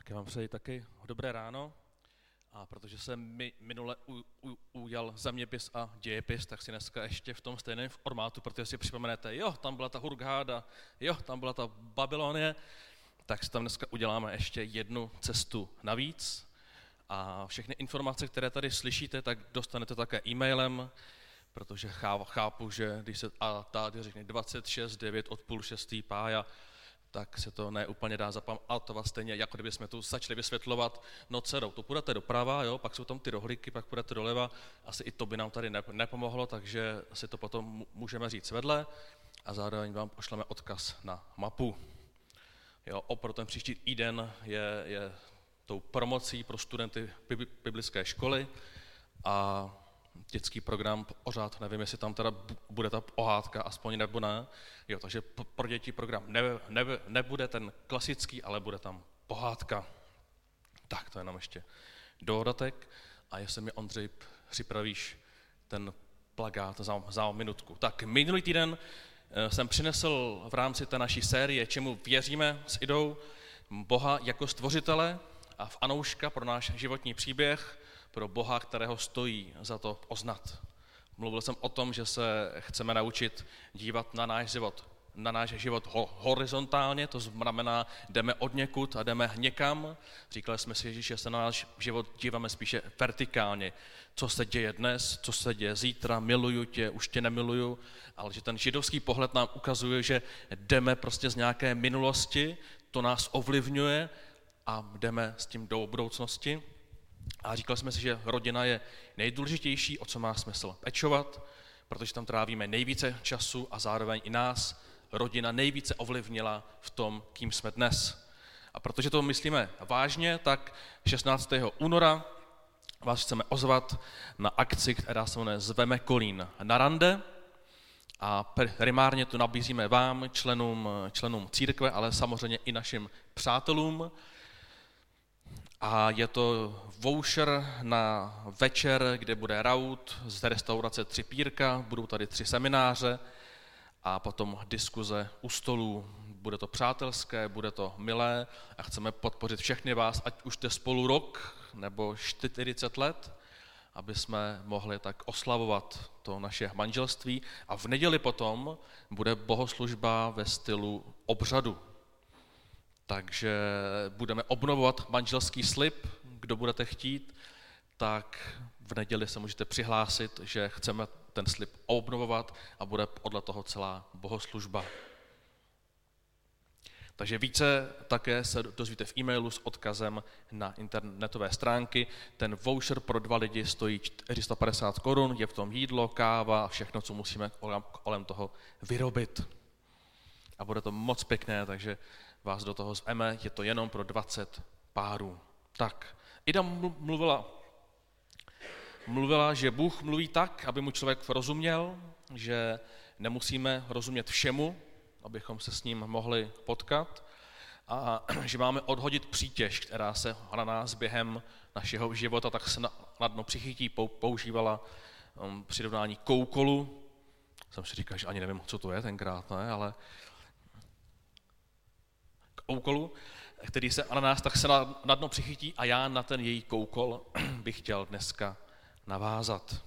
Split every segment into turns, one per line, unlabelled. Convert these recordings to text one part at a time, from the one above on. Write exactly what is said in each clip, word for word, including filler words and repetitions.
Tak já vám přeji taky dobré ráno. A protože jsem mi minule u, u, ujal zeměpis a dějepis, tak si dneska ještě v tom stejném formátu, protože si připomenete, jo, tam byla ta Hurghada, jo, tam byla ta Babylonie, tak si tam dneska uděláme ještě jednu cestu navíc. A všechny informace, které tady slyšíte, tak dostanete také e-mailem, protože chápu, že když se a tady řekne dvacet šest devět od půl šestý pája, tak se to neúplně dá zapamatovat stejně, jako kdyby jsme tu začali vysvětlovat, no dcerou, to půjdete doprava, jo, pak jsou tam ty rohlíky, pak půjdete doleva, asi i to by nám tady nepomohlo, takže si to potom můžeme říct vedle a zároveň vám pošleme odkaz na mapu. Jo, opravdu ten příští den je, je tou promocí pro studenty biblické školy a dětský program pořád, nevím, jestli tam teda bude ta pohádka, aspoň nebo ne. Jo, takže pro děti program ne, ne, nebude ten klasický, ale bude tam pohádka. Tak, to je nám ještě dodatek. A jestli mi, Ondřej, připravíš ten plakát za, za minutku. Tak, minulý týden jsem přinesl v rámci té naší série, čemu věříme s Idou, Boha jako stvořitele a v Anouška pro náš životní příběh, pro Boha, kterého stojí za to poznat. Mluvil jsem o tom, že se chceme naučit dívat na náš život, na náš život horizontálně, to znamená, jdeme od někud a jdeme někam. Říkali jsme si, že se na náš život díváme spíše vertikálně. Co se děje dnes, co se děje zítra, miluju tě, už tě nemiluju, ale že ten židovský pohled nám ukazuje, že jdeme prostě z nějaké minulosti, to nás ovlivňuje a jdeme s tím do budoucnosti. A říkali jsme si, že rodina je nejdůležitější, o co má smysl pečovat, protože tam trávíme nejvíce času a zároveň i nás rodina nejvíce ovlivnila v tom, kým jsme dnes. A protože to myslíme vážně, tak šestnáctého února vás chceme ozvat na akci, která se jmenuje Zveme Kolín na rande. A primárně to nabízíme vám, členům, členům církve, ale samozřejmě i našim přátelům. A je to voucher na večer, kde bude raut z restaurace Tři pírka, budou tady tři semináře a potom diskuze u stolů. Bude to přátelské, bude to milé a chceme podpořit všechny vás, ať už jste spolu rok nebo čtyřicet let, aby jsme mohli tak oslavovat to naše manželství. A v neděli potom bude bohoslužba ve stylu obřadu. Takže budeme obnovovat manželský slib, kdo budete chtít, tak v neděli se můžete přihlásit, že chceme ten slib obnovovat a bude podle toho celá bohoslužba. Takže více také se dozvíte v e-mailu s odkazem na internetové stránky. Ten voucher pro dva lidi stojí čtyři sta padesát korun, je v tom jídlo, káva a všechno, co musíme kolem toho vyrobit. A bude to moc pěkné, takže vás do toho zveme, je to jenom pro dvacet párů. Tak, Ida mluvila, mluvila, že Bůh mluví tak, aby mu člověk rozuměl, že nemusíme rozumět všemu, abychom se s ním mohli potkat a že máme odhodit přítěž, která se na nás během našeho života tak snadno přichytí, používala um, přirovnání koukolu. Jsem si říkal, že ani nevím, co to je tenkrát, ne, ale koukolu, který se na nás tak se na dno přichytí a já na ten její koukol bych chtěl dneska navázat.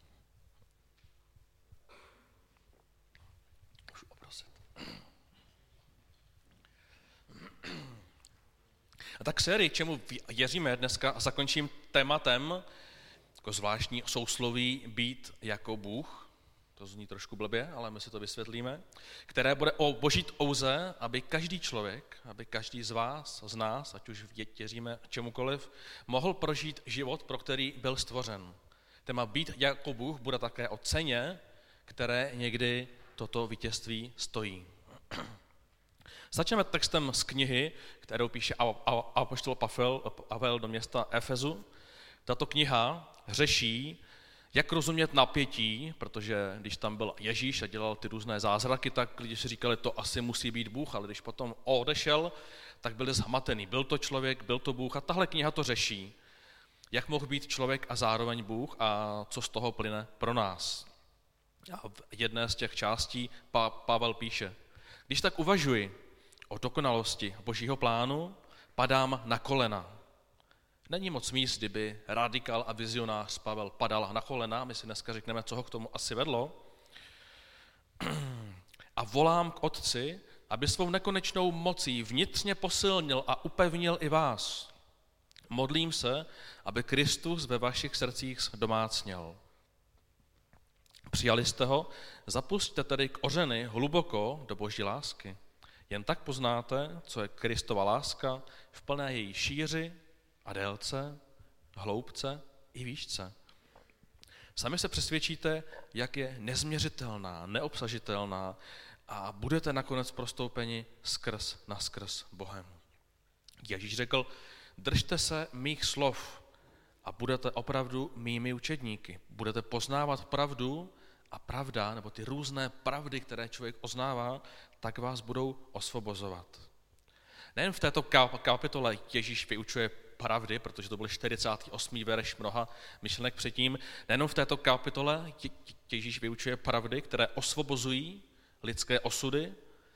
Můžu poprosit. A tak sérii, čemu věříme dneska a zakončím tématem, jako zvláštní sousloví být jako Bůh. To zní trošku blbě, ale my si to vysvětlíme, které bude o boží touze, aby každý člověk, aby každý z vás, z nás, ať už věříme čemukoliv, mohl prožít život, pro který byl stvořen. Téma být jako Bůh bude také o ceně, které někdy toto vítězství stojí. Začneme textem z knihy, kterou píše apoštol Pavel do města Efezu. Tato kniha řeší, jak rozumět napětí, protože když tam byl Ježíš a dělal ty různé zázraky, tak lidi si říkali, to asi musí být Bůh, ale když potom odešel, tak byli zhmatený. Byl to člověk, byl to Bůh a tahle kniha to řeší. Jak mohl být člověk a zároveň Bůh a co z toho plyne pro nás. A v jedné z těch částí pa- Pavel píše, když tak uvažuji o dokonalosti božího plánu, padám na kolena. Není moc míst, kdyby radikál a vizionář Pavel padal na kolena, my si dneska řekneme, co ho k tomu asi vedlo. A volám k Otci, aby svou nekonečnou mocí vnitřně posilnil a upevnil i vás. Modlím se, aby Kristus ve vašich srdcích domácněl. Přijali jste ho, zapusťte tedy kořeny hluboko do boží lásky. Jen tak poznáte, co je Kristova láska v plné její šíři a délce, hloubce i výšce. Sami se přesvědčíte, jak je nezměřitelná, neobsažitelná a budete nakonec prostoupeni skrz naskrz Bohem. Ježíš řekl, držte se mých slov a budete opravdu mými učedníky. Budete poznávat pravdu a pravda, nebo ty různé pravdy, které člověk oznává, tak vás budou osvobozovat. Nejen v této kapitole Ježíš vyučuje pravdy, protože to byl čtyřicátý osmý verš mnoha myšlenek předtím, nejen v této kapitole Ježíš vyučuje pravdy, které osvobozují lidské osudy.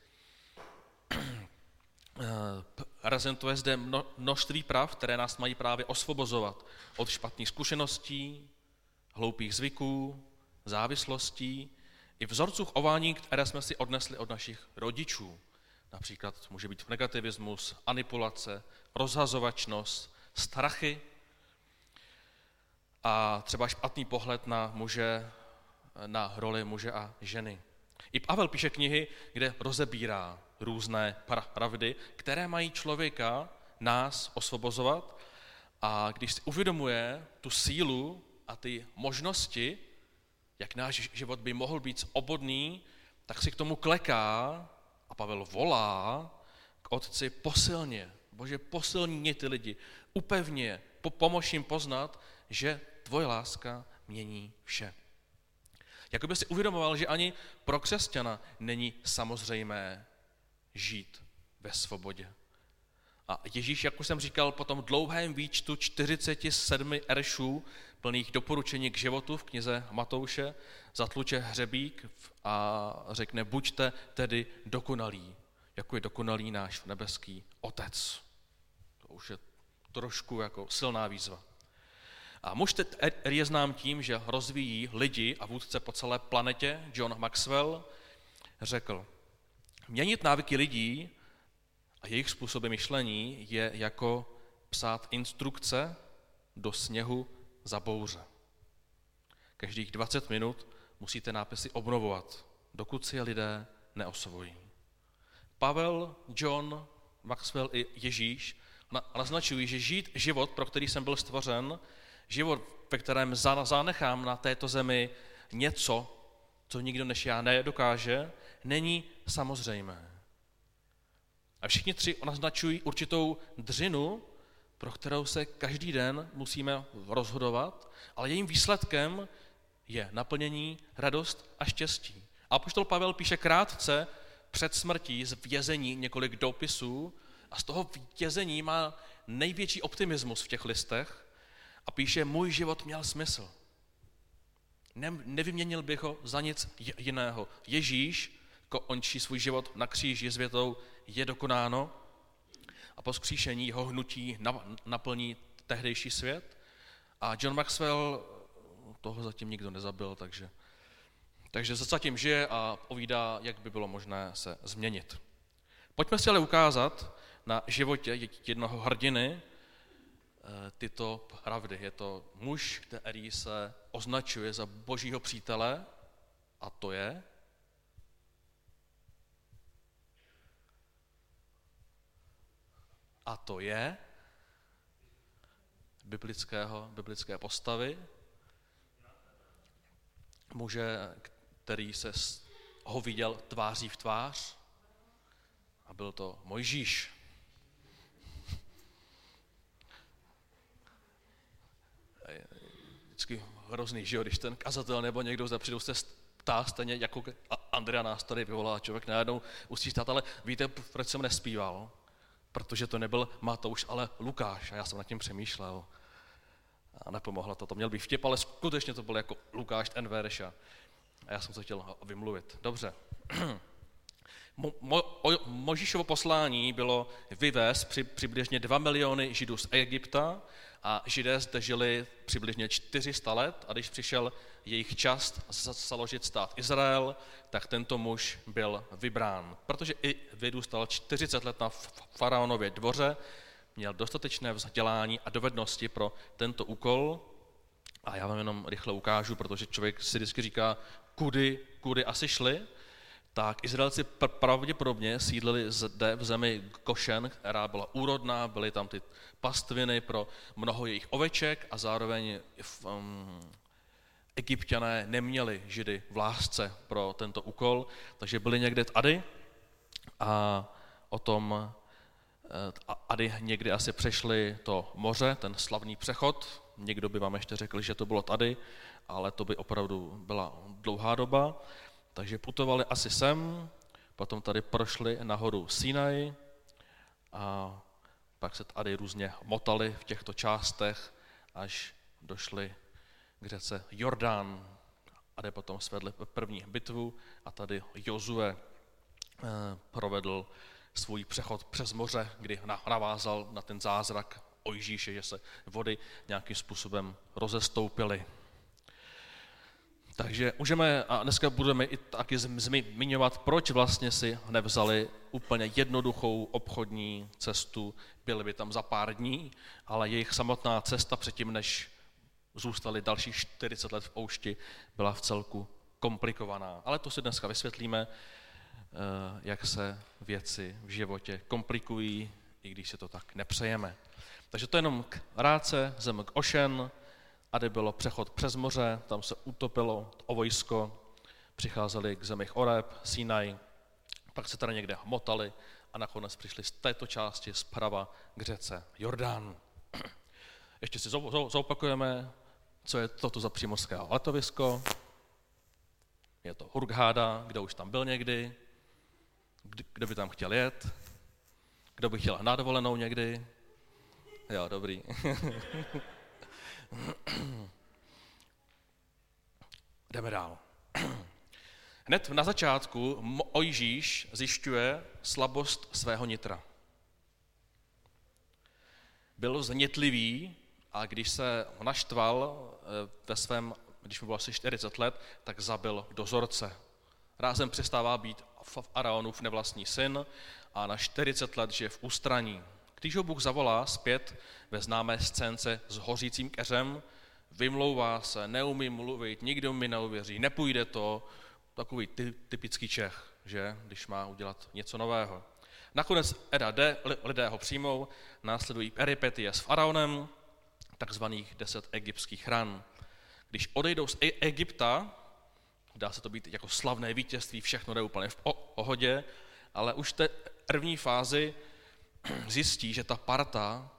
Prezentuje zde množství prav, které nás mají právě osvobozovat od špatných zkušeností, hloupých zvyků, závislostí i vzorců chování, které jsme si odnesli od našich rodičů. Například může být negativismus, manipulace, rozhazovačnost, strachy a třeba špatný pohled na muže, na roli muže a ženy. I Pavel píše knihy, kde rozebírá různé pravdy, které mají člověka, nás osvobozovat, a když si uvědomuje tu sílu a ty možnosti, jak náš život by mohl být svobodný, tak si k tomu kleká a Pavel volá k Otci posilně. Bože, posilni ty lidi, upevni je, pomož jim poznat, že tvoje láska mění vše. Jakoby si uvědomoval, že ani pro křesťana není samozřejmé žít ve svobodě. A Ježíš, jak už jsem říkal, po tom dlouhém výčtu čtyřicet sedm eršů plných doporučení k životu v knize Matouše zatluče hřebík a řekne, buďte tedy dokonalí, jako je dokonalý náš nebeský Otec. To už je trošku jako silná výzva. A muž je znám tím, že rozvíjí lidi a vůdce po celé planetě, John Maxwell, řekl, měnit návyky lidí a jejich způsoby myšlení je jako psát instrukce do sněhu za bouře. Každých dvacet minut musíte nápisy obnovovat, dokud si je lidé neosvojí. Pavel, John, Maxwell i Ježíš naznačují, že žít život, pro který jsem byl stvořen, život, ve kterém zanechám na této zemi něco, co nikdo než já nedokáže, není samozřejmé. A všichni tři naznačují určitou dřinu, pro kterou se každý den musíme rozhodovat, ale jejím výsledkem je naplnění, radost a štěstí. A apoštol Pavel píše krátce před smrtí z vězení několik dopisů a z toho vězení má největší optimismus v těch listech a píše, můj život měl smysl. Ne, nevyměnil bych ho za nic jiného. Ježíš končí svůj život na kříži s větou, je dokonáno, a po vzkříšení jeho hnutí naplní tehdejší svět. A John Maxwell, toho zatím nikdo nezabil, takže, takže zatím žije a povídá, jak by bylo možné se změnit. Pojďme si ale ukázat na životě jednoho hrdiny tyto pravdy. Je to muž, který se označuje za božího přítele, a to je a to je biblického, biblické postavy, muže, který se ho viděl tváří v tvář, a byl to Mojžíš. Vždycky hrozný, že jo, když ten kazatel nebo někdo zde přijde, se ptá stejně, jako Andrea nás tady vyvolá, člověk najednou musí stát, ale víte, proč jsem nespíval? Protože to nebyl Matouš, ale Lukáš. A já jsem nad tím přemýšlel. A nepomohlo to. To měl být vtip, ale skutečně to byl jako Lukáš ten verš. A já jsem to chtěl vymluvit. Dobře. Mo, mo, Mojžíšovo poslání bylo vyvést při, přibližně dva miliony Židů z Egypta a Židé zde žili přibližně čtyři sta let a když přišel jejich čas založit stát Izrael, tak tento muž byl vybrán. Protože i vyrůstal čtyřicet let na faraonově dvoře, měl dostatečné vzdělání a dovednosti pro tento úkol. A já vám jenom rychle ukážu, protože člověk si vždycky říká, kudy, kudy asi šli. Tak Izraelci pravděpodobně sídlili zde v zemi Gošen, která byla úrodná, byly tam ty pastviny pro mnoho jejich oveček a zároveň um, Egypťané neměli Židy v lásce pro tento úkol, takže byli někde tady a o tom Ady někdy asi přešli to moře, ten slavný přechod. Někdo by vám ještě řekl, že to bylo tady, ale to by opravdu byla dlouhá doba. Takže putovali asi sem, potom tady prošli nahoru Sinaj a pak se tady různě motali v těchto částech, až došli k řece Jordán. Ady potom svedli první bitvu a tady Jozue provedl svůj přechod přes moře, kdy navázal na ten zázrak Mojžíše, že se vody nějakým způsobem rozestoupily. Takže můžeme, a dneska budeme i taky zmiňovat, proč vlastně si nevzali úplně jednoduchou obchodní cestu, byli by tam za pár dní, ale jejich samotná cesta předtím, než zůstali dalších čtyřicet let v poušti, byla v celku komplikovaná. Ale to si dneska vysvětlíme, jak se věci v životě komplikují, i když se to tak nepřejeme. Takže to jenom krátce, zem Gošen, Ady bylo přechod přes moře, tam se utopilo o vojsko, přicházeli k zemi Oreb, Sinaj, pak se tady někde motali a nakonec přišli z této části zprava k řece Jordán. Ještě si zopakujeme, co je toto za přímořské letovisko. Je to Hurghada, kdo už tam byl někdy, kdo by tam chtěl jet, kdo by chtěl na dovolenou někdy. Jo, dobrý. Jdeme dál. Hned na začátku Mojžíš zjišťuje slabost svého nitra. Byl znětlivý a když se naštval ve svém, když mu bylo asi čtyřicet let, tak zabil dozorce. Rázem přestává být Araonův nevlastní syn a na čtyřicet let žije v ústraní. Když ho Bůh zavolá zpět ve známé scénce s hořícím keřem, vymlouvá se, neumí mluvit, nikdo mi neuvěří, nepůjde to, takový ty, typický Čech, že, když má udělat něco nového. Nakonec Eda jde, lidé ho přijmou, následují peripetie s faraonem, takzvaných deset egyptských ran. Když odejdou z Egypta, dá se to být jako slavné vítězství, všechno jde úplně v pohodě, ale už v té první fázi zjistí, že ta parta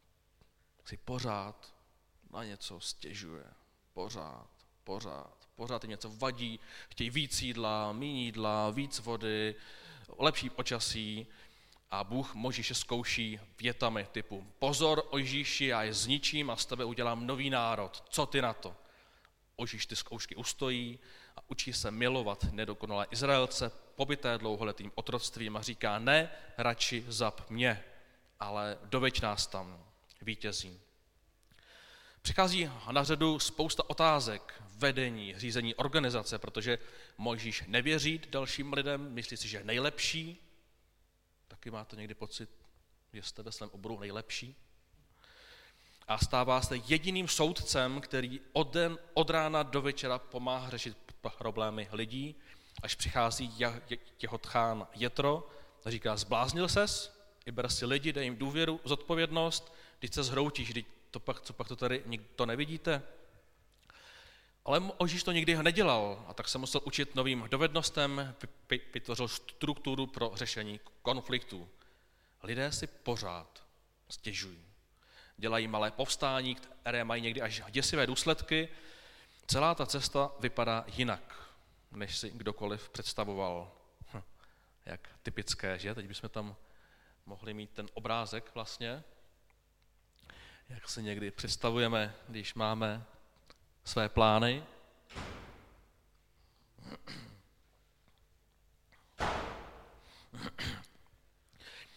si pořád na něco stěžuje. Pořád, pořád, pořád jim něco vadí, chtějí víc jídla, méně jídla, víc vody, lepší počasí a Bůh Mojžíše zkouší větami typu pozor, Mojžíši, já je zničím a z tebe udělám nový národ, co ty na to? Mojžíš ty zkoušky ustojí a učí se milovat nedokonalé Izraelce, pobyté dlouholetým otroctvím a říká, ne, radši zap mě, ale doveď nás tam, vítězí. Přichází na řadu spousta otázek, vedení, řízení organizace, protože Mojžíš nevěří dalším lidem, myslí si, že je nejlepší. Taky máte někdy pocit, že jste ve svém oboru nejlepší? A stává se jediným soudcem, který od, den, od rána do večera pomáhá řešit problémy lidí, až přichází jeho tchán Jetro a říká, zbláznil ses, vyber si lidi, dej jim důvěru, zodpovědnost, když se zhroutíš, když to pak, co pak to tady nikdo nevidíte. Ale Mojžíš to nikdy nedělal a tak se musel učit novým dovednostem, vytvořil strukturu pro řešení konfliktů. Lidé si pořád stěžují. Dělají malé povstání, které mají někdy až děsivé důsledky. Celá ta cesta vypadá jinak, než si kdokoliv představoval. Hm, jak typické, že? Teď bychom tam mohli mít ten obrázek vlastně, jak si někdy představujeme, když máme své plány.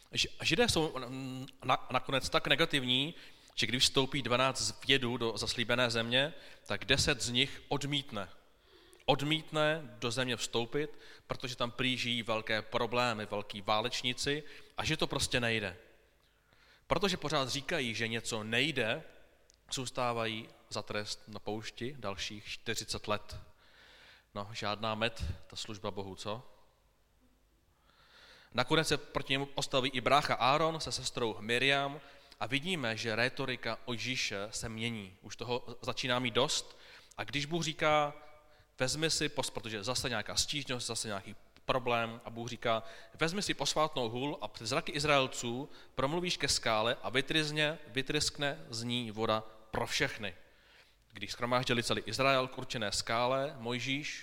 Židé jsou na, nakonec tak negativní, že když vstoupí dvanáct vědů do zaslíbené země, tak deset z nich odmítne. Odmítne do země vstoupit, protože tam prý žijí velké problémy, velký válečníci a že to prostě nejde. Protože pořád říkají, že něco nejde, zůstávají za trest na poušti dalších čtyřicet let. No, žádná med, ta služba Bohu, co? Nakonec se proti němu postaví i brácha Áron se sestrou Miriam a vidíme, že rétorika o Ježíše se mění. Už toho začíná mít dost a když Bůh říká, vezmi si, protože zase nějaká stížnost, zase nějaký problém a Bůh říká, vezmi si posvátnou hůl a před zraky Izraelců promluvíš ke skále a vytryzně, vytryskne z ní voda pro všechny. Když shromáždili celý Izrael k určené skále, Mojžíš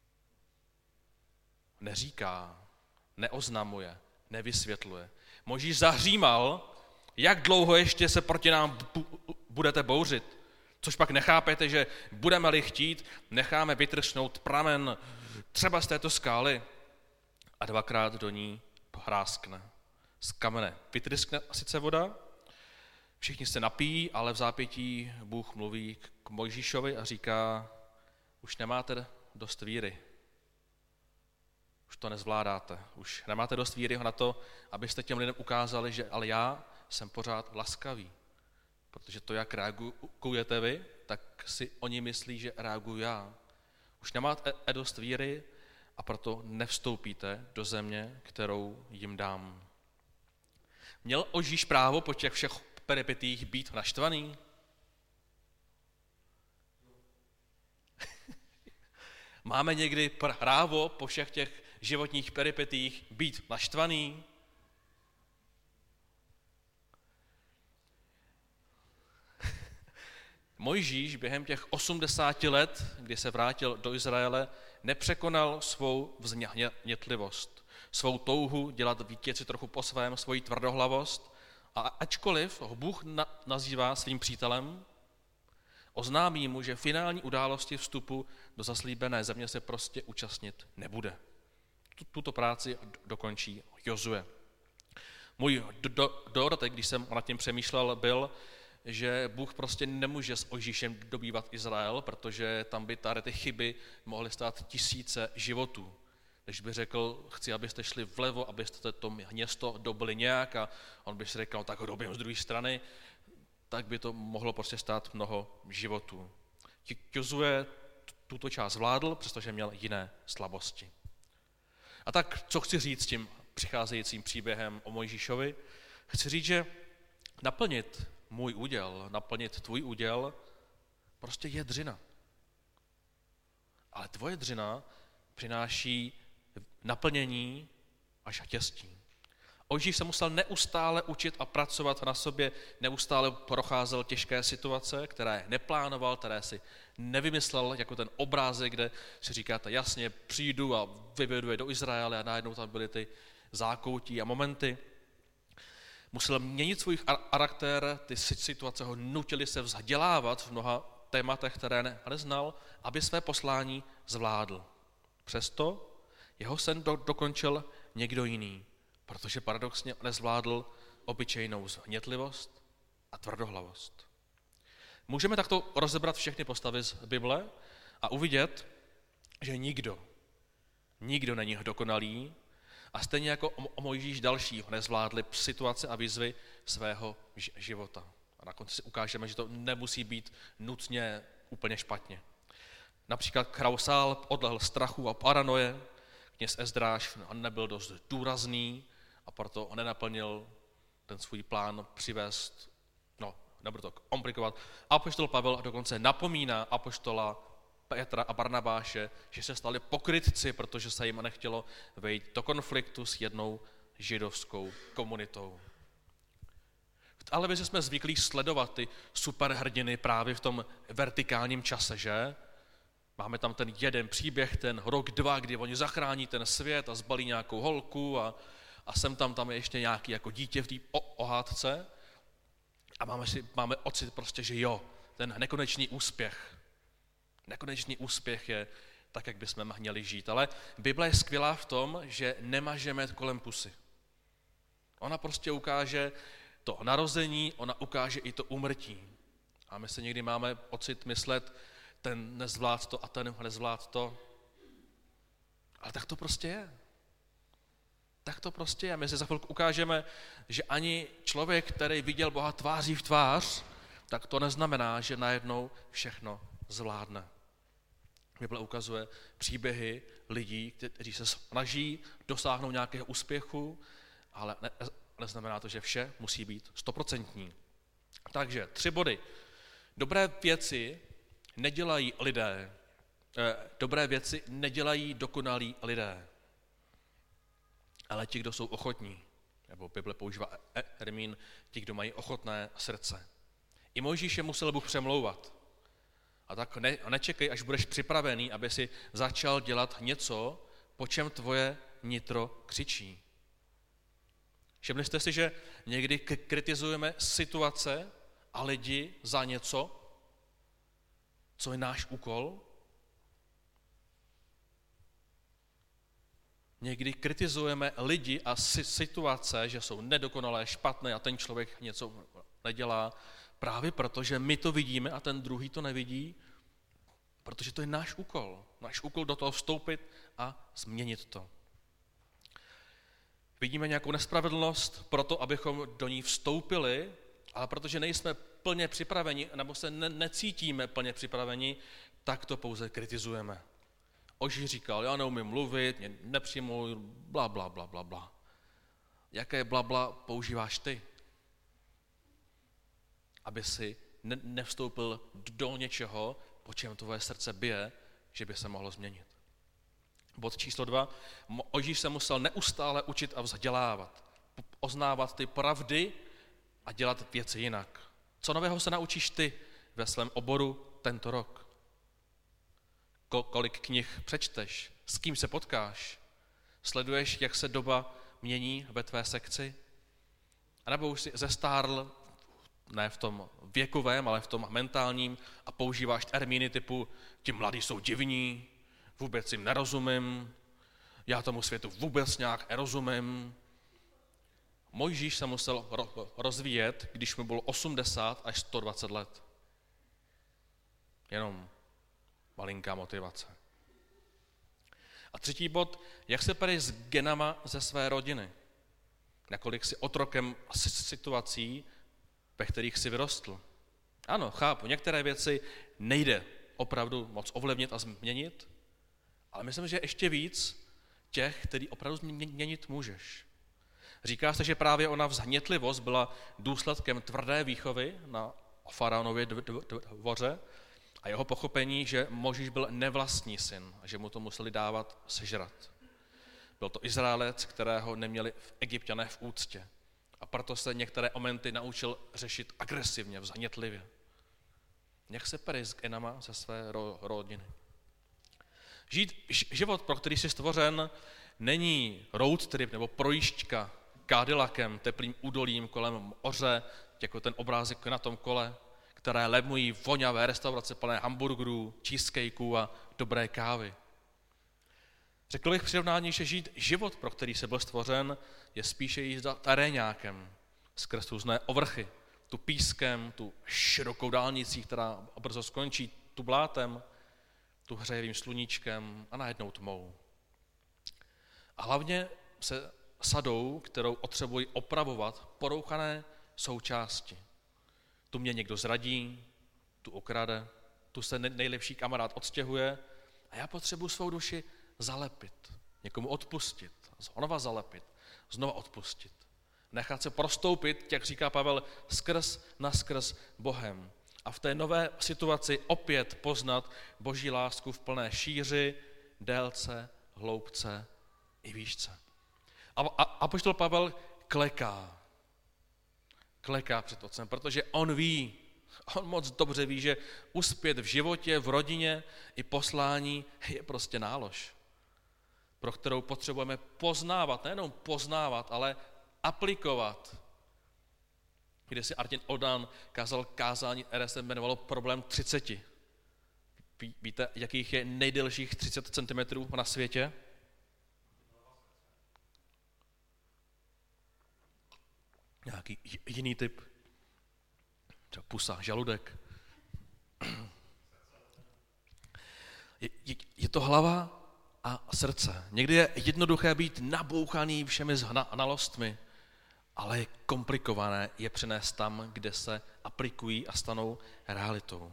neříká, neoznamuje, nevysvětluje. Mojžíš zahřímal, jak dlouho ještě se proti nám budete bouřit. Což pak nechápete, že budeme-li chtít, necháme vytršnout pramen třeba z této skály a dvakrát do ní pohráskne. Z kamene vytryskne sice voda, všichni se napijí, ale v zápětí Bůh mluví k Mojžíšovi a říká, už nemáte dost víry. Už to nezvládáte. Už nemáte dost víry na to, abyste těm lidem ukázali, že ale já jsem pořád laskavý. Protože to, jak reagujete vy, tak si oni myslí, že reaguju já. Už nemáte dost víry a proto nevstoupíte do země, kterou jim dám. Měl Mojžíš právo po těch všech peripetích být naštvaný? Máme někdy právo po všech těch životních peripetích být naštvaný? Mojžíš během těch osmdesáti let, kdy se vrátil do Izraele, nepřekonal svou vznětlivost, svou touhu dělat vítězi trochu po svém, svoji tvrdohlavost a ačkoliv ho Bůh na, nazývá svým přítelem, oznámí mu, že finální události vstupu do zaslíbené země se prostě účastnit nebude. Tuto práci dokončí Jozue. Můj dodatek, když jsem nad tím přemýšlel, byl, že Bůh prostě nemůže s Mojžíšem dobývat Izrael, protože tam by tady ty chyby mohly stát tisíce životů. Když by řekl, chci, abyste šli vlevo, abyste to město dobili nějak a on by si řekl, no, tak ho dobím z druhé strany, tak by to mohlo prostě stát mnoho životů. Jozue tuto část zvládl, přestože měl jiné slabosti. A tak, co chci říct s tím přicházejícím příběhem o Mojžíšovi? Chci říct, že naplnit můj úděl, naplnit tvůj úděl, prostě je dřina. Ale tvoje dřina přináší naplnění a štěstí. Mojžíš se musel neustále učit a pracovat na sobě, neustále procházel těžké situace, které neplánoval, které si nevymyslel, jako ten obrázek, kde si říkáte, jasně, přijdu a vyvedu je do Izraele a najednou tam byly ty zákoutí a momenty. Musel měnit svůj charakter, ty situace ho nutily se vzdělávat v mnoha tématech, které neznal, aby své poslání zvládl. Přesto jeho sen do, dokončil někdo jiný, protože paradoxně nezvládl obyčejnou zhnětlivost a tvrdohlavost. Můžeme takto rozebrat všechny postavy z Bible a uvidět, že nikdo, nikdo není dokonalý a stejně jako Mojžíš další nezvládli situace a výzvy svého života. A na konci si ukážeme, že to nemusí být nutně úplně špatně. Například král Sál odlehl strachu a paranoje, kněz Ezdráš nebyl dost důrazný a proto on nenaplnil ten svůj plán přivést, no, nebudu to komplikovat. Apoštol Pavel dokonce napomíná apoštola Petra a Barnabáše, že se stali pokrytci, protože se jim nechtělo vejít do konfliktu s jednou židovskou komunitou. V televizi jsme zvyklí sledovat ty superhrdiny právě v tom vertikálním čase, že? Máme tam ten jeden příběh, ten rok, dva, kdy oni zachrání ten svět a zbalí nějakou holku a, a sem tam tam je ještě nějaký jako dítě v té ohádce a máme, si, máme ocit prostě, že jo, ten nekonečný úspěch. Nekonečný úspěch je tak, jak bychom měli žít. Ale Bible je skvělá v tom, že nemažeme kolem pusy. Ona prostě ukáže to narození, ona ukáže i to úmrtí. A my se někdy máme pocit myslet, ten nezvlád to a ten nezvlád to. Ale tak to prostě je. Tak to prostě je. My si za chvilku ukážeme, že ani člověk, který viděl Boha tváří v tvář, tak to neznamená, že najednou všechno zvládne. Bible ukazuje příběhy lidí, kteří se snaží dosáhnout nějakého úspěchu, ale ne, neznamená to, že vše musí být stoprocentní. Takže tři body. Dobré věci nedělají lidé. Dobré věci nedělají dokonalí lidé, ale ti, kdo jsou ochotní, nebo Bible používá termín, ti, kdo mají ochotné srdce. I Mojžíše musel Bůh přemlouvat. A tak ne, nečekej, až budeš připravený, aby si začal dělat něco, po čem tvoje nitro křičí. Všimli jste si, že někdy kritizujeme situace a lidi za něco, co je náš úkol? Někdy kritizujeme lidi a situace, že jsou nedokonalé, špatné a ten člověk něco nedělá, právě proto, že my to vidíme a ten druhý to nevidí, protože to je náš úkol. Náš úkol do toho vstoupit a změnit to. Vidíme nějakou nespravedlnost proto, abychom do ní vstoupili, ale protože nejsme plně připraveni, nebo se ne- necítíme plně připraveni, tak to pouze kritizujeme. Oži říkal, já neumím mluvit, mě nepřijmou, bla, bla, bla, bla, bla. Jaké bla, bla používáš ty? Aby si ne- nevstoupil do něčeho, po čem tvoje srdce bije, že by se mohlo změnit. Bod číslo dva. Mojžíš se musel neustále učit a vzdělávat. Oznávat ty pravdy a dělat věci jinak. Co nového se naučíš ty ve svém oboru tento rok? Kolik knih přečteš? S kým se potkáš? Sleduješ, jak se doba mění ve tvé sekci? A nebo už jsi zestárl, ne v tom věkovém, ale v tom mentálním a používáš termíny typu ti mladí jsou divní, vůbec jim nerozumím, já tomu světu vůbec nějak nerozumím. Mojžíš se musel rozvíjet, když mu bylo osmdesát až sto dvacet let. Jenom malinká motivace. A třetí bod, jak se pereš s genama ze své rodiny? Nakolik jsi otrokem situací, ve kterých jsi vyrostl? Ano, chápu, některé věci nejde opravdu moc ovlivnit a změnit, ale myslím, že ještě víc těch, který opravdu změnit můžeš. Říká se, že právě ona vzhnětlivost byla důsledkem tvrdé výchovy na faraonově dvoře a jeho pochopení, že Mojžíš byl nevlastní syn a že mu to museli dávat sežrat. Byl to Izraelec, kterého neměli v Egypťané v úctě. A proto se některé momenty naučil řešit agresivně, vzhnětlivě. Jak se pereš s genama ze své ro- rodiny? Žít život, pro který jsi stvořen, není road trip nebo projížďka Cadillacem, teplým údolím kolem moře, jako ten obrázek na tom kole, které lemují voňavé restaurace plné hamburgerů, cheesecakeů a dobré kávy. Řekl bych přirovnání, že žít život, pro který se byl stvořen, je spíše jízda teréňákem skrz různé ovrchy, tu pískem, tu širokou dálnicí, která brzo skončí, tu blátem, tu hřejivým sluníčkem a najednou tmou. A hlavně se sadou, kterou potřebuji opravovat porouchané součásti. Tu mě někdo zradí, tu okrade, tu se nejlepší kamarád odstěhuje a já potřebuji svou duši zalepit, někomu odpustit, znova zalepit, znova odpustit. Nechat se prostoupit, jak říká Pavel, skrz naskrz Bohem. A v té nové situaci opět poznat Boží lásku v plné šíři, délce, hloubce i výšce. A apoštol Pavel kleká. Kleká před Otcem, protože on ví, on moc dobře ví, že uspět v životě, v rodině i poslání je prostě nálož, pro kterou potřebujeme poznávat, nejenom poznávat, ale aplikovat. Když si Artin Odan kázal kázání, které se jmenovalo Problém třiceti. Víte, jakých je nejdelších třicet centimetrů na světě? nějaký jiný typ, třeba pusa, žaludek. Je, je, je to hlava a srdce. Někdy je jednoduché být nabouchaný všemi znalostmi, ale je komplikované je přenést tam, kde se aplikují a stanou realitou.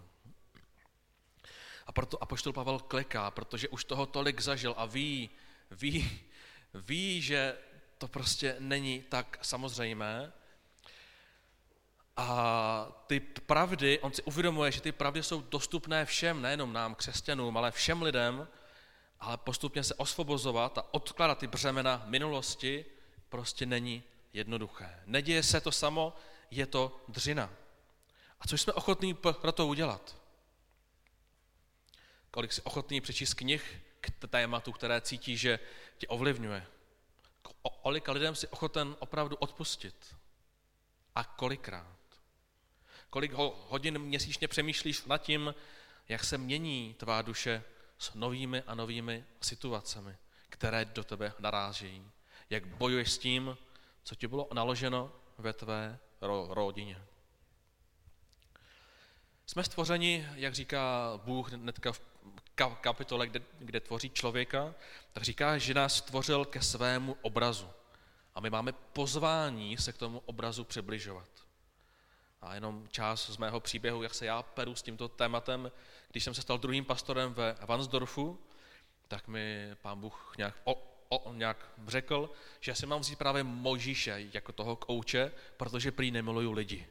A proto apoštol Pavel kleká, protože už toho tolik zažil a ví, ví, ví, že to prostě není tak samozřejmé. A ty pravdy, on si uvědomuje, že ty pravdy jsou dostupné všem, nejenom nám, křesťanům, ale všem lidem, ale postupně se osvobozovat a odkládat ty břemena minulosti prostě není jednoduché. Neděje se to samo, je to dřina. A co jsme ochotní pro to udělat? Kolik jsi ochotný přečíst knih k tématu, které cítí, že tě ovlivňuje? Kolika lidem jsi ochoten opravdu odpustit? A kolikrát? Kolik hodin měsíčně přemýšlíš nad tím, jak se mění tvá duše s novými a novými situacemi, které do tebe narážejí? Jak bojuješ s tím, co ti bylo naloženo ve tvé ro- rodině? Jsme stvořeni, jak říká Bůh hnedka v kapitole, kde, kde tvoří člověka, tak říká, že nás stvořil ke svému obrazu. A my máme pozvání se k tomu obrazu přibližovat. A jenom část z mého příběhu, jak se já peru s tímto tématem, když jsem se stal druhým pastorem ve Vansdorfu, tak mi pán Bůh nějak, o, o, nějak řekl, že si mám vzít právě Mojžíše jako toho kouče, protože prý nemiluju lidi.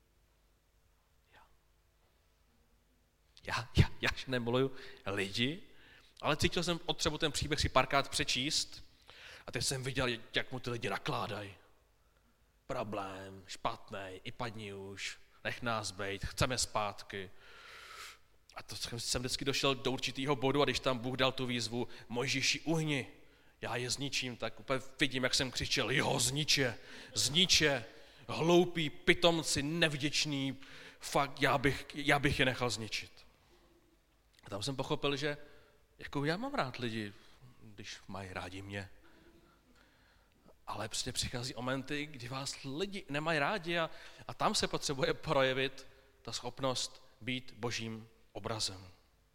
Já, já, já nemiluju lidi, ale cítil jsem potřebu ten příběh si párkrát přečíst a teď jsem viděl, jak mu ty lidi nakládají. Problém, špatný, i padni už, nech nás bejt, chceme zpátky. A to jsem vždycky došel do určitého bodu a když tam Bůh dal tu výzvu, Mojžíši, uhni, já je zničím, tak úplně vidím, jak jsem křičel, jo, zniče, zniče, hloupí, pitomci, nevděční, fakt, já bych, já bych je nechal zničit. A tam jsem pochopil, že jako já mám rád lidi, když mají rádi mě. Ale prostě přichází momenty, kdy vás lidi nemají rádi a, a tam se potřebuje projevit ta schopnost být božím obrazem.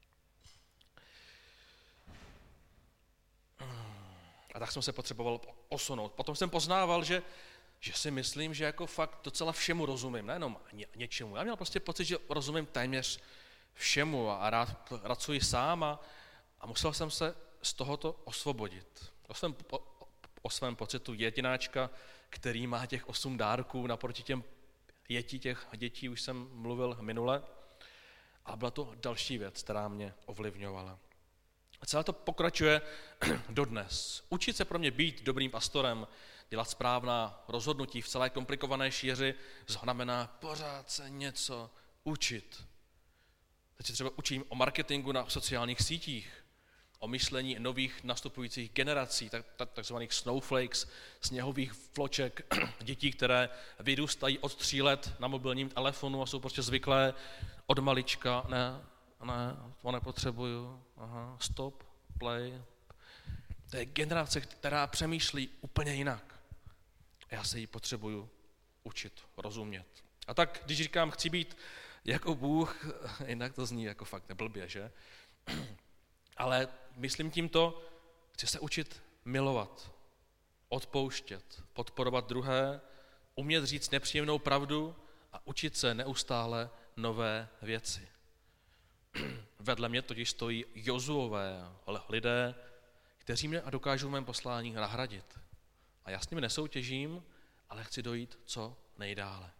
A tak jsem se potřeboval osunout. Potom jsem poznával, že, že si myslím, že jako fakt docela všemu rozumím, nejenom ně, něčemu. Já měl prostě pocit, že rozumím téměř všemu a rád pracuji sám a, a musel jsem se z tohoto osvobodit. O svém, o, o svém pocitu jedináčka, který má těch osm dárků, naproti těm pěti těch dětí už jsem mluvil minule. A byla to další věc, která mě ovlivňovala. A celé to pokračuje dodnes. Učit se pro mě být dobrým pastorem, dělat správná rozhodnutí v celé komplikované šíři, znamená pořád se něco učit. Teď se třeba učím o marketingu na sociálních sítích, o myšlení nových nastupujících generací, tak, tak, takzvaných snowflakes, sněhových vloček, dětí, které vyrůstají od tří let na mobilním telefonu a jsou prostě zvyklé od malička, ne, ne, to nepotřebuju, aha, stop, play. To je generace, která přemýšlí úplně jinak. A já se jí potřebuju učit, rozumět. A tak, když říkám, chci být jako Bůh, jinak to zní jako fakt neblbě, že? Ale myslím tímto, chci se učit milovat, odpouštět, podporovat druhé, umět říct nepříjemnou pravdu a učit se neustále nové věci. Vedle mě totiž stojí Jozuové, lidé, kteří mě a dokážou mém poslání nahradit. A já s nimi nesoutěžím, ale chci dojít co nejdále.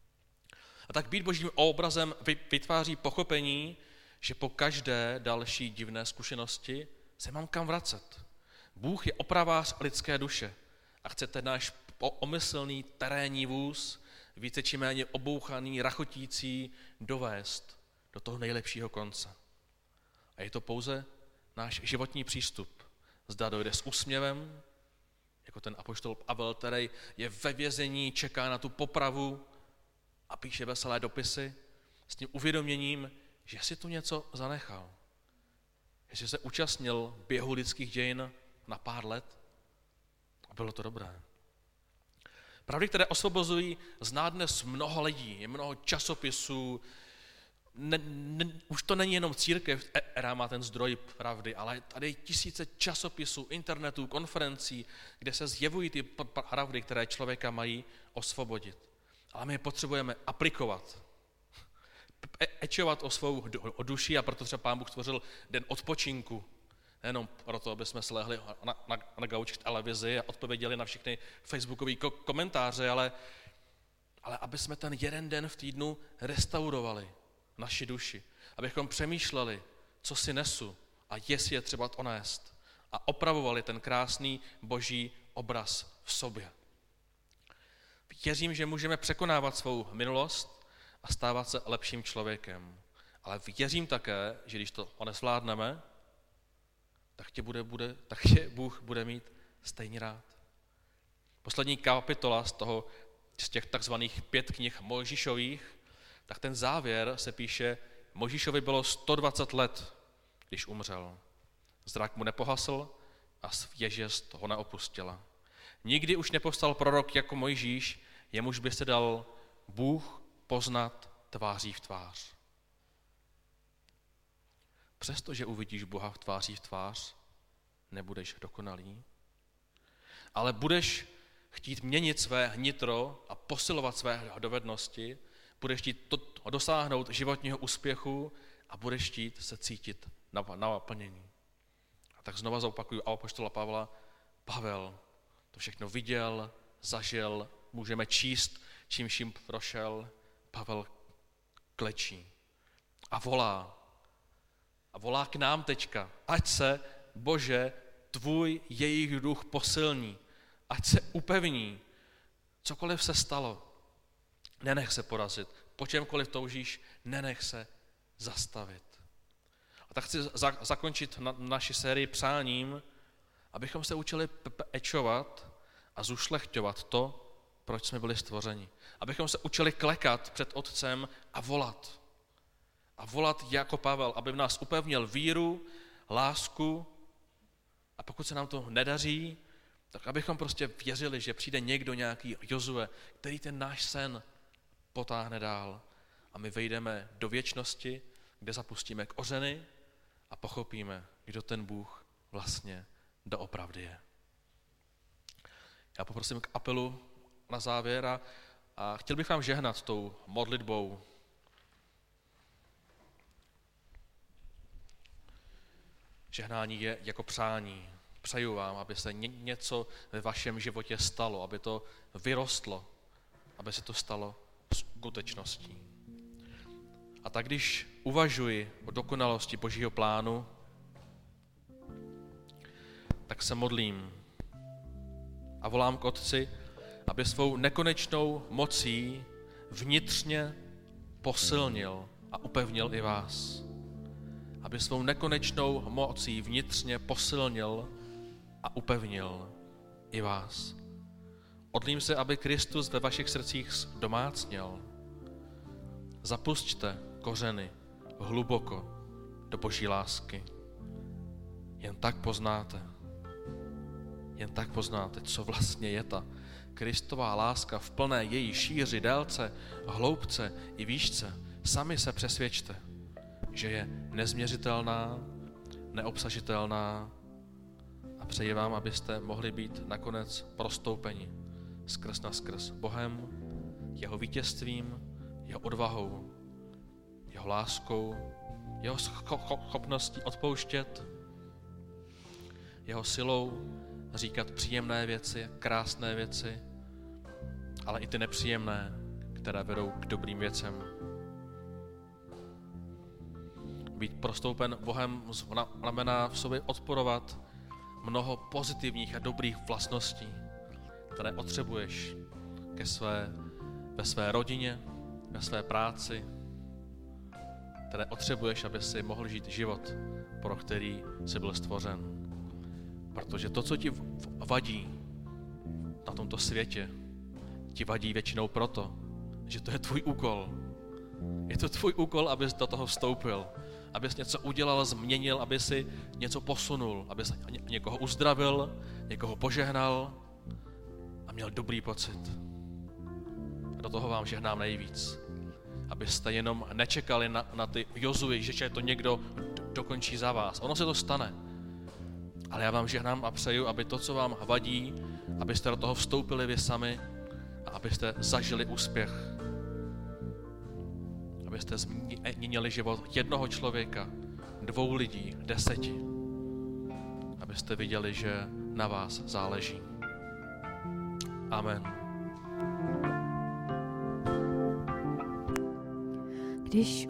A tak být božím obrazem vytváří pochopení, že po každé další divné zkušenosti se mám kam vracet. Bůh je opravář lidské duše a chce ten náš omyslný terénní vůz, více či méně obouchaný, rachotící, dovést do toho nejlepšího konce. A je to pouze náš životní přístup. Zda dojde s úsměvem, jako ten apoštol Pavel, který je ve vězení, čeká na tu popravu a píše veselé dopisy s tím uvědoměním, že si tu něco zanechal. Že se účastnil běhu lidských dějin na pár let a bylo to dobré. Pravdy, které osvobozují, zná dnes mnoho lidí, je mnoho časopisů. Ne, ne, už to není jenom církev, která má ten zdroj pravdy, ale tady tisíce časopisů, internetů, konferencí, kde se zjevují ty pravdy, které člověka mají osvobodit. Ale my je potřebujeme aplikovat, ečovat o svou o duši, a proto třeba Pán Bůh stvořil den odpočinku. Nejenom proto, aby jsme se lehli na, na, na gauč k televizi a odpověděli na všechny facebookové ko- komentáře, ale, ale aby jsme ten jeden den v týdnu restaurovali naši duši. Abychom přemýšleli, co si nesu a jestli je třeba to nést. A opravovali ten krásný boží obraz v sobě. Věřím, že můžeme překonávat svou minulost a stávat se lepším člověkem. Ale věřím také, že když to nezvládneme, tak tě, bude, bude, tak tě Bůh bude mít stejně rád. Poslední kapitola z, toho, z těch takzvaných pět knih Mojžíšových, tak ten závěr se píše, Mojžíšovi bylo sto dvacet let, když umřel. Zrak mu nepohasl a svěžest ho neopustila. Nikdy už nepovstal prorok jako Mojžíš, jemuž by se dal Bůh poznat tváří v tvář. Přestože uvidíš Boha v tváří v tvář, nebudeš dokonalý, ale budeš chtít měnit své nitro a posilovat své dovednosti, budeš chtít to, dosáhnout životního úspěchu a budeš chtít se cítit na, na naplnění. A tak znova zopakuju apoštola Pavla, Pavel to všechno viděl, zažil, můžeme číst, čím vším prošel. Pavel klečí a volá. A volá k nám teďka, ať se, Bože, tvůj jejich duch posilní, ať se upevní, cokoliv se stalo, nenech se porazit, po čemkoliv toužíš, nenech se zastavit. A tak chci za- zakončit na- naši sérii přáním, abychom se učili ečovat a zušlechťovat to, proč jsme byli stvořeni. Abychom se učili klekat před Otcem a volat. A volat jako Pavel, aby v nás upevnil víru, lásku, a pokud se nám to nedaří, tak abychom prostě věřili, že přijde někdo, nějaký Jozue, který ten náš sen potáhne dál. A my vejdeme do věčnosti, kde zapustíme kořeny a pochopíme, kdo ten Bůh vlastně doopravdy je. Já poprosím k apelu na závěr a, a chtěl bych vám žehnat tou modlitbou. Žehnání je jako přání. Přeju vám, aby se ně, něco ve vašem životě stalo, aby to vyrostlo, aby se to stalo skutečností. A tak když uvažuji o dokonalosti Božího plánu, tak se modlím a volám k Otci, aby svou nekonečnou mocí vnitřně posilnil a upevnil i vás. Aby svou nekonečnou mocí vnitřně posilnil a upevnil i vás. Modlím se, aby Kristus ve vašich srdcích domácněl. Zapusťte kořeny hluboko do Boží lásky. Jen tak poznáte, jen tak poznáte, co vlastně je ta Kristová láska v plné její šíři, délce, hloubce i výšce. Sami se přesvědčte, že je nezměřitelná, neobsažitelná a přeji vám, abyste mohli být nakonec prostoupeni skrz na skrz Bohem, jeho vítězstvím, jeho odvahou, jeho láskou, jeho schopností odpouštět, jeho silou říkat příjemné věci, krásné věci, ale i ty nepříjemné, které vedou k dobrým věcem. Být prostoupen Bohem znamená v sobě odporovat mnoho pozitivních a dobrých vlastností, které potřebuješ ke své, ve své rodině, ve své práci, které potřebuješ, aby si mohl žít život, pro který jsi byl stvořen. Protože to, co ti vadí na tomto světě, ti vadí většinou proto, že to je tvůj úkol. Je to tvůj úkol, abys do toho vstoupil, abys něco udělal, změnil, aby si něco posunul, abys někoho uzdravil, někoho požehnal a měl dobrý pocit. Do toho vám žehnám nejvíc. Abyste jenom nečekali na, na ty Jozuji, že to někdo dokončí za vás. Ono se to stane. Ale já vám žehnám a přeju, aby to, co vám vadí, abyste do toho vstoupili vy sami a abyste zažili úspěch. Abyste změnili život jednoho člověka, dvou lidí, deseti. Abyste viděli, že na vás záleží. Amen.
Když